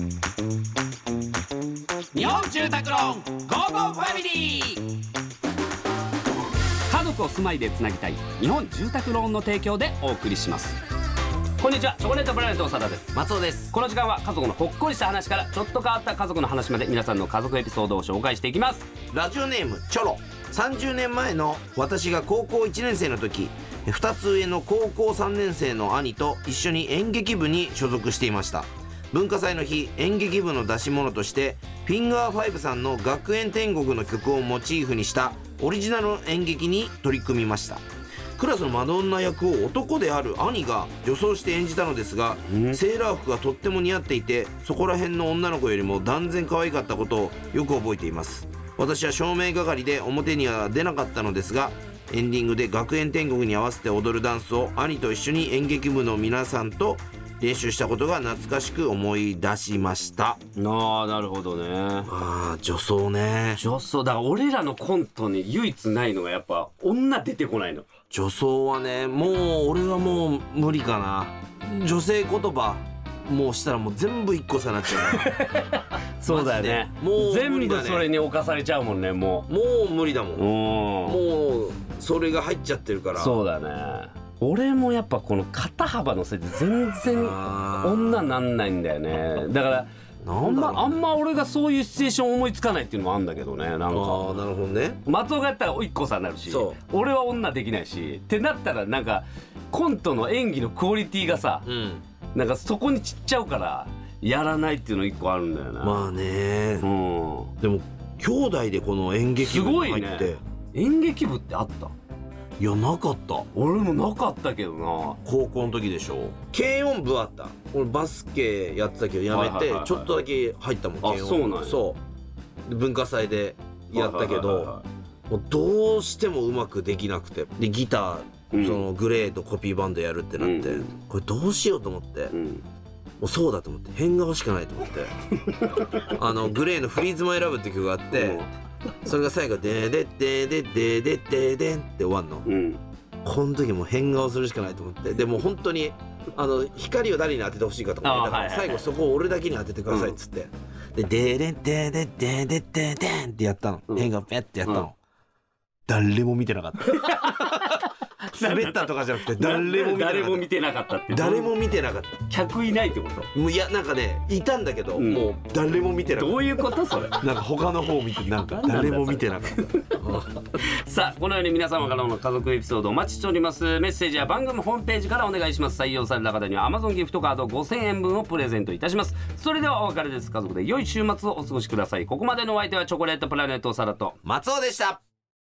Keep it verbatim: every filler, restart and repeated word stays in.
日本住宅ローンゴーゴーファミリー。家族を住まいでつなぎたい日本住宅ローンの提供でお送りします。こんにちは、チョコレートプラネット長田です。 松尾です。 この時間は家族のほっこりした話からちょっと変わった家族の話まで皆さんの家族エピソードを紹介していきます。 ラジオネームチョロ。さんじゅうねんまえの私が高校いちねん生の時、ふたつ上の高校さんねん生の兄と一緒に演劇部に所属していました。文化祭の日、演劇部の出し物としてフィンガーファイブさんの学園天国の曲をモチーフにしたオリジナルの演劇に取り組みました。クラスのマドンナ役を男である兄が女装して演じたのですが、セーラー服がとっても似合っていて、そこら辺の女の子よりも断然可愛かったことをよく覚えています。私は照明係で表には出なかったのですが、エンディングで学園天国に合わせて踊るダンスを兄と一緒に演劇部の皆さんと練習したことが懐かしく思い出しました。 ああ、なるほどね。 ああ、女装ね。 女装だから俺らのコントに唯一ないのがやっぱ女出てこないの。 女装はね、もう俺はもう無理かな。女性言葉もうしたらもう全部一個差になっちゃうそうだよね。 もう全無理だね。 部それに侵されちゃうもんね。ももう無理だもん。 うもうそれが入っちゃってるから。 そうだね。俺もやっぱこの肩幅のせいで全然女なんないんだよね。だからあんまあんま俺がそういうシチュエーション思いつかないっていうのもあるんだけどね。なんか、あー、なるほどね。 松尾がやったらおいっ子さんになるし、俺は女できないしってなったら、なんかコントの演技のクオリティがさ、うん、なんかそこに散っちゃうからやらないっていうの一個あるんだよな。 まあね、うん、でも兄弟でこの演劇部に入って、ね、 演劇部ってあった？ いや、なかった。 俺もなかったけどな。 高校の時でしょ。軽音部あった。俺バスケやってたけどやめて、はいはいはいはい、ちょっとだけ入ったもん。軽音。あ、そうなんや。そうで文化祭でやったけど、はいはいはいはい、もうどうしてもうまくできなくて、でギター、うん、そのグレーとコピーバンドやるってなって、うん、これどうしようと思って、うん、もうそうだと思って変顔しかないと思ってあのグレーのフリーズマイラブって曲があって、うん、それが最後ででででででででんって終わんの、うん、この時もう変顔するしかないと思って、でも本当にあの光を誰に当ててほしいかとか、だから最後そこを俺だけに当ててくださいっつって、うん、でででででででででんってやったの、うん、変顔ペッってやったの、うん、誰も見てなかった滑ったとかじゃなくて誰も見てなかった。 誰も見てなかったって。 誰も見てなかった。 客いないってこと？ もういや、なんかね、いたんだけど、うん、もう誰も見てなかった。 どういうことそれ？ なんか他の方を見て、なんか誰も見てなかったさあ、このように皆様からの家族エピソードお待ちしております。メッセージは番組ホームページからお願いします。採用された方には Amazon ギフトカードごせんえんぶんをプレゼントいたします。それではお別れです。家族で良い週末をお過ごしください。ここまでのお相手はチョコレートプラネット長田と松尾でした。